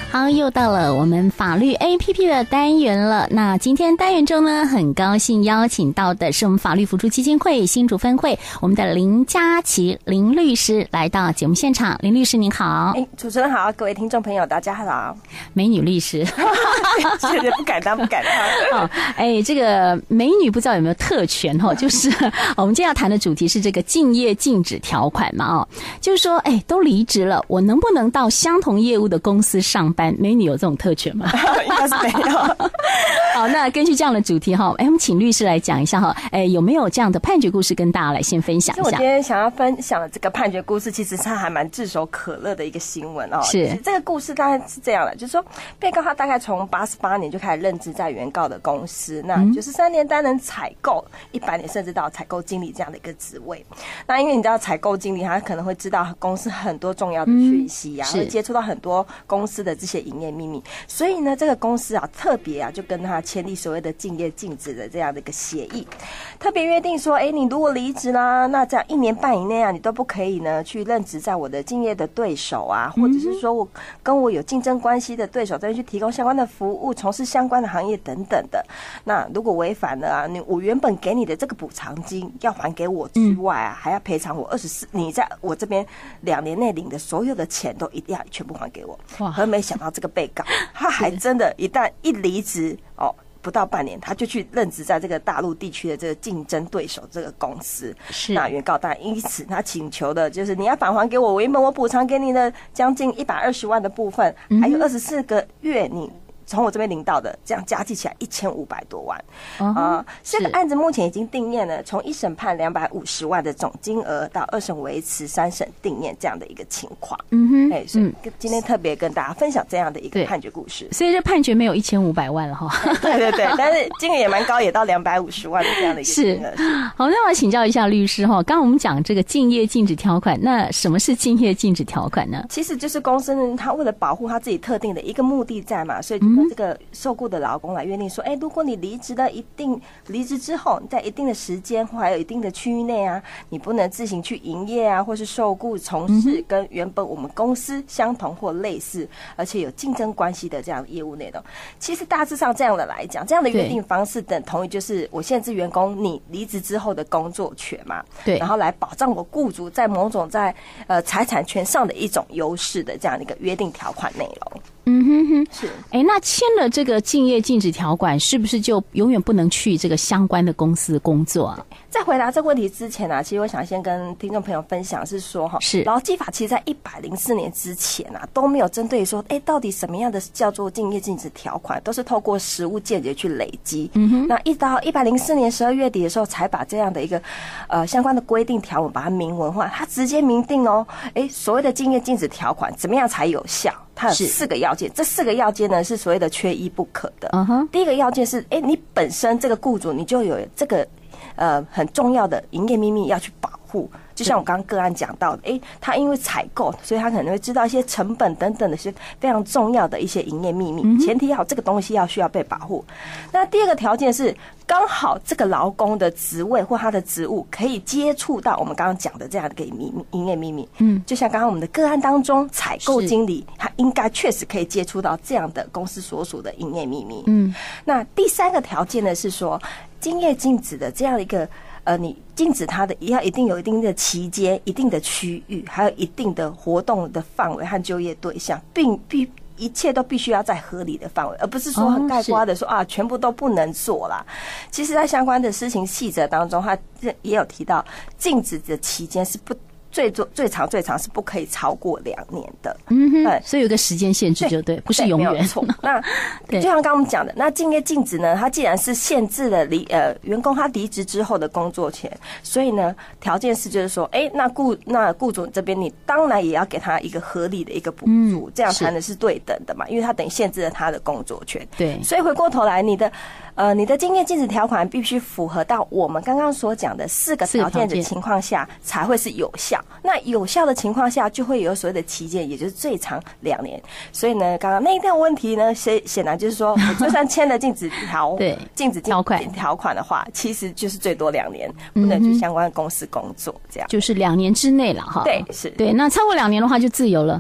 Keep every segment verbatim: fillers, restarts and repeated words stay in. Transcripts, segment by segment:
好，又到了我们法律 A P P 的单元了。那今天单元中呢，很高兴邀请到的是我们法律辅助基金会新竹分会我们的林佳琪林律师来到节目现场。林律师您好。 哎，主持人好，各位听众朋友大家好。 美女律师谢谢，不敢当不敢当。 哦，哎，这个美女不知道有没有特权哈、哦？就是我们今天要谈的主题是这个竞业禁止条款嘛哦，就是说哎，都离职了，我能不能到相同业务的公司上班？美女有这种特权吗？ 应该是没有。 好，那根据这样的主题哈，哎，我们请律师来讲一下哈，哎，有没有这样的判决故事跟大家来先分享一下？ 我今天想要分享的这个判决故事，其实它还蛮炙手可热的一个新闻哦。 是这个故事大概是这样的，就是说被告他大概从八十八年就开始任职在原告的公司，那就是三年担任采购，一百年甚至到采购经理这样的一个职位。那因为你知道采购经理他可能会知道公司很多重要的讯息啊，嗯、会接触到很多公司的这些营业秘密，所以呢，这个公司啊特别啊就跟他签订所谓的竞业禁止的这样的一个协议，特别约定说，哎，你如果离职啦，那这样一年半以内啊，你都不可以呢去任职在我的竞业的对手啊，或者是说我跟我有竞争关系的对手这边去提供相关的服务，从事相关的行业等等的。那如果违反了啊，你我原本给你的这个补偿金要还给我之外啊，还要赔偿我二十四，你在我这边两年内领的所有的钱都一定要全部还给我。可没想到这个被告他还真的，一旦一离职哦。不到半年，他就去任职在这个大陆地区的这个竞争对手这个公司。是，那原告当然因此他请求的就是你要返还给我，我原本我补偿给你的将近一百二十万的部分，嗯、还有二十四个月你从我这边领到的，这样加计起来一千五百多万。啊、呃，这个案子目前已经定验了，从一审判两百五十万的总金额到二审维持，三审定验这样的一个情况。嗯哼，哎，所以今天特别跟大家分享这样的一个判决故事。 所以这判决没有一千五百万了哈。 对对对，但是金额也蛮高，也到两百五十万的这样的一个金额。 是。好，那我请教一下律师哈，刚刚我们讲这个竞业禁止条款，那什么是竞业禁止条款呢？ 其实就是公司呢，他为了保护他自己特定的一个目的在嘛，所以就跟这个受雇的劳工来约定说，哎、欸，如果你离职了一定离职之后，在一定的时间或还有一定的区域内啊，你不能自行去营业啊，或是受雇从事跟原本我们公司相同或类似，而且有竞争关系的这样的业务内容。其实大致上这样的来讲，这样的约定方式等同于就是我限制员工你离职之后的工作权嘛，对，然后来保障我雇主在某种在呃财产权上的一种优势的这样的一个约定条款内容。 嗯哼哼，是。哎，那签了这个竞业禁止条款，是不是就永远不能去这个相关的公司工作啊？ 在回答这个问题之前啊，其实我想先跟听众朋友分享是说哈，是劳基法其实在一百零四年之前啊都没有针对说，哎，到底什么样的叫做竞业禁止条款，都是透过实务见解去累积。嗯哼，那一到一百零四年十二月底的时候，才把这样的一个呃相关的规定条文把它明文化，它直接明定哦，哎，所谓的竞业禁止条款怎么样才有效？它有四个要件，这四个要件呢是所谓的缺一不可的。嗯哼，第一个要件是，哎，你本身这个雇主你就有这个呃很重要的营业秘密要去保护。就像我刚刚个案讲到的，哎，他因为采购，所以他可能会知道一些成本等等的一些非常重要的一些营业秘密。嗯、前提好，这个东西要需要被保护。那第二个条件是，刚好这个劳工的职位或他的职务可以接触到我们刚刚讲的这样的一个秘密营业秘密。嗯，就像刚刚我们的个案当中，采购经理他应该确实可以接触到这样的公司所属的营业秘密。嗯，那第三个条件呢是说，竞业禁止的这样一个。呃，你禁止它的也要一定有一定的期间、一定的区域，还有一定的活动的范围和就业对象，并必一切都必须要在合理的范围，而不是说很概括的说、哦、啊，全部都不能做啦。其实，在相关的施行细则当中，它也有提到，禁止的期间是不。最最最长最长是不可以超过两年的，嗯哼， 所以有个时间限制就对，不是永远。 没有错。那就像刚刚我们讲的，那竞业禁止呢，它既然是限制了离呃员工他离职之后的工作权，所以呢，条件是就是说，哎、欸，那雇那雇主这边你当然也要给他一个合理的一个补助、嗯，这样才能是对等的嘛，因为他等于限制了他的工作权。对，所以回过头来，你的呃你的竞业禁止条款必须符合到我们刚刚所讲的四个条件的情况下，才会是有效。那有效的情况下，就会有所谓的期间，也就是最长两年。所以呢，刚刚那一条问题呢，显显然就是说，我就算签了禁止条对禁止条款条款的话，其实就是最多两年，不能去相关公司工作，这样、嗯、 就是两年之内了哈。 对，是对。那超过两年的话，就自由了。 对。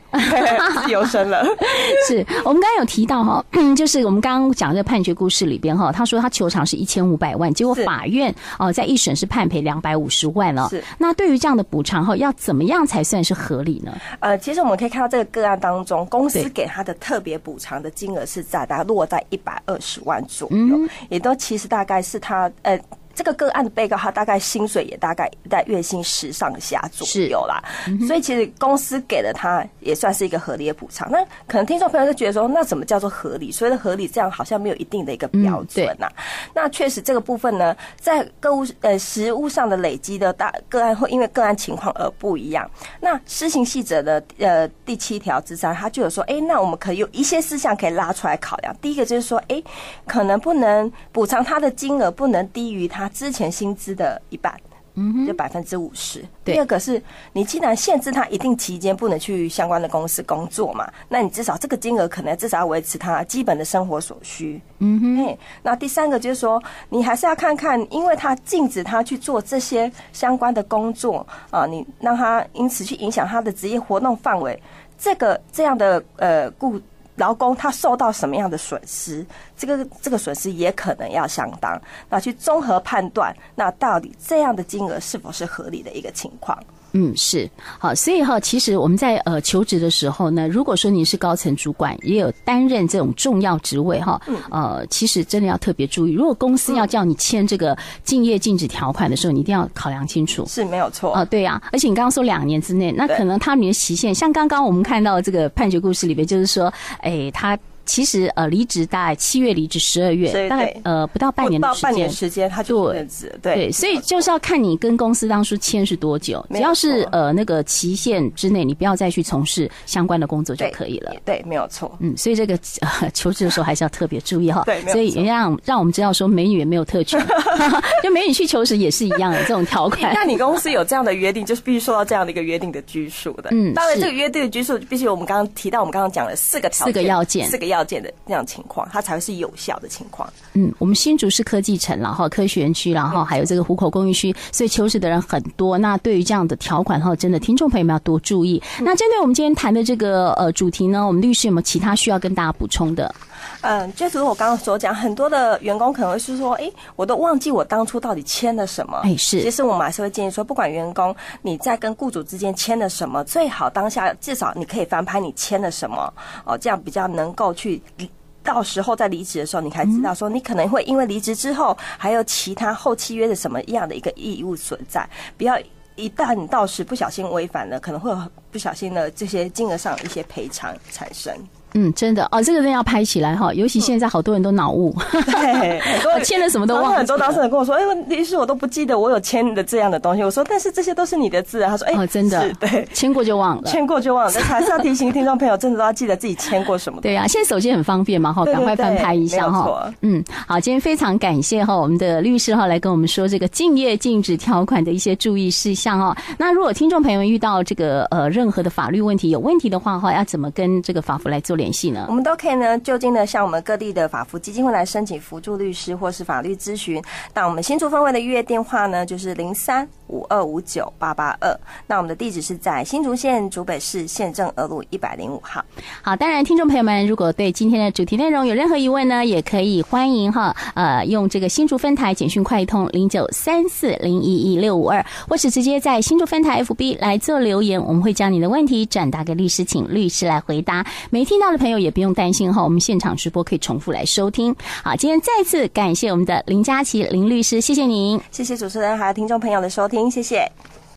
自由身了。 是我们刚刚有提到哈，就是我们刚刚讲的判决故事里边哈，他说他求偿是一千五百万，结果法院哦、呃、在一审是判赔两百五十万了。是，那对于这样的补偿哈，要怎么样才算是合理呢？ 呃，其实我们可以看到这个个案当中，公司给他的特别补偿的金额是在大概落在一百二十万左右，嗯、也都其实大概是他呃。这个个案的被告，他大概薪水也大概在月薪十上下左右啦，嗯、所以其实公司给了他也算是一个合理的补偿。那可能听众朋友就觉得说，那什么叫做合理？所谓的合理，这样好像没有一定的一个标准呐、啊嗯。那确实这个部分呢，在个物呃实务上的累积的大个案会因为个案情况而不一样。那施行细则的呃第七条之三，他就有说，哎，那我们可以有一些事项可以拉出来考量。第一个就是说，哎，可能不能补偿他的金额不能低于他之前薪资的一半，嗯，就百分之五十。第二个是你既然限制他一定期间不能去相关的公司工作嘛，那你至少这个金额可能至少要维持他基本的生活所需。嗯哼。那第三个就是说，你还是要看看，因为他禁止他去做这些相关的工作啊，你让他因此去影响他的职业活动范围，这个这样的呃雇。劳工他受到什么样的损失，这个这个损失也可能要相当，那去综合判断，那到底这样的金额是否是合理的一个情况。 嗯，是好，所以哈，其实我们在呃求职的时候呢，如果说你是高层主管，也有担任这种重要职位哈，呃，其实真的要特别注意，如果公司要叫你签这个竞业禁止条款的时候，你一定要考量清楚。 是没有错啊、呃，对啊，而且你刚刚说两年之内，那可能他们的期限，像刚刚我们看到这个判决故事里面，就是说，哎，他。其实呃，离职大概七月离职，十二月大概呃不到半年的时间， 不到半年时间他就离职，对对，所以就是要看你跟公司当初签是多久，只要是呃那个期限之内，你不要再去从事相关的工作就可以了。 对，对没有错。 嗯，所以这个呃求职的时候还是要特别注意哈。 对， 所以也让让我们知道说美女也没有特权，就美女去求职也是一样的这种条款。 那你公司有这样的约定，就是必须受到这样的一个约定的拘束的。嗯，当然这个约定的拘束，必须我们刚刚提到，我们刚刚讲了四个条件， 四个要件， 四个要件的这样情况，它才会是有效的情况。 嗯，我们新竹是科技城，然后科学园区，然后还有这个湖口工业区，所以求职的人很多。那对于这样的条款哈，真的听众朋友们要多注意。嗯、那针对我们今天谈的这个呃主题呢，我们律师有没有其他需要跟大家补充的？ 嗯，就如我刚刚所讲，很多的员工可能会是说，哎，我都忘记我当初到底签了什么。哎，是。其实我们还是会建议说，不管员工你在跟雇主之间签了什么，最好当下至少你可以翻拍你签了什么，哦，这样比较能够去。到时候在离职的时候，你才知道说，你可能会因为离职之后，还有其他后契约的什么样的一个义务存在，不要一旦你到时不小心违反了，可能会有不小心的这些金额上一些赔偿产生。 嗯，真的哦，这个真的要拍起来哈，尤其现在好多人都脑雾， 对，很多签了什么都忘记了。 很多当事人跟我说，哎，律师我都不记得我有签的这样的东西。我说，但是这些都是你的字啊。他说，哎， 哦，真的， 对， 签过就忘了， 签过就忘了。但还是要提醒听众朋友，真的都要记得自己签过什么。 对啊，现在手机很方便嘛，哈，赶快翻拍一下哈。嗯，好，今天非常感谢哈我们的律师哈来跟我们说这个竞业禁止条款的一些注意事项哈。那如果听众朋友们遇到这个呃任何的法律问题有问题的话哈，要怎么跟这个法服来做联系呢？ 我们都可以呢，就近的向我们各地的法服基金会来申请辅助律师或是法律咨询。那我们新竹分会的预约电话呢，就是零三五二五九八八二。那我们的地址是在新竹县竹北市县政二路一百零五号。 好，当然听众朋友们，如果对今天的主题内容有任何疑问呢，也可以欢迎哈呃用这个新竹分台简讯快通零九三四零一一六五二，或是直接在新竹分台 F B 来做留言，我们会将你的问题转达给律师，请律师来回答。没听到的朋友也不用担心哈，我们现场直播可以重复来收听。好，今天再次感谢我们的林佳琪林律师，谢谢您， 谢谢主持人还有听众朋友的收听，谢谢。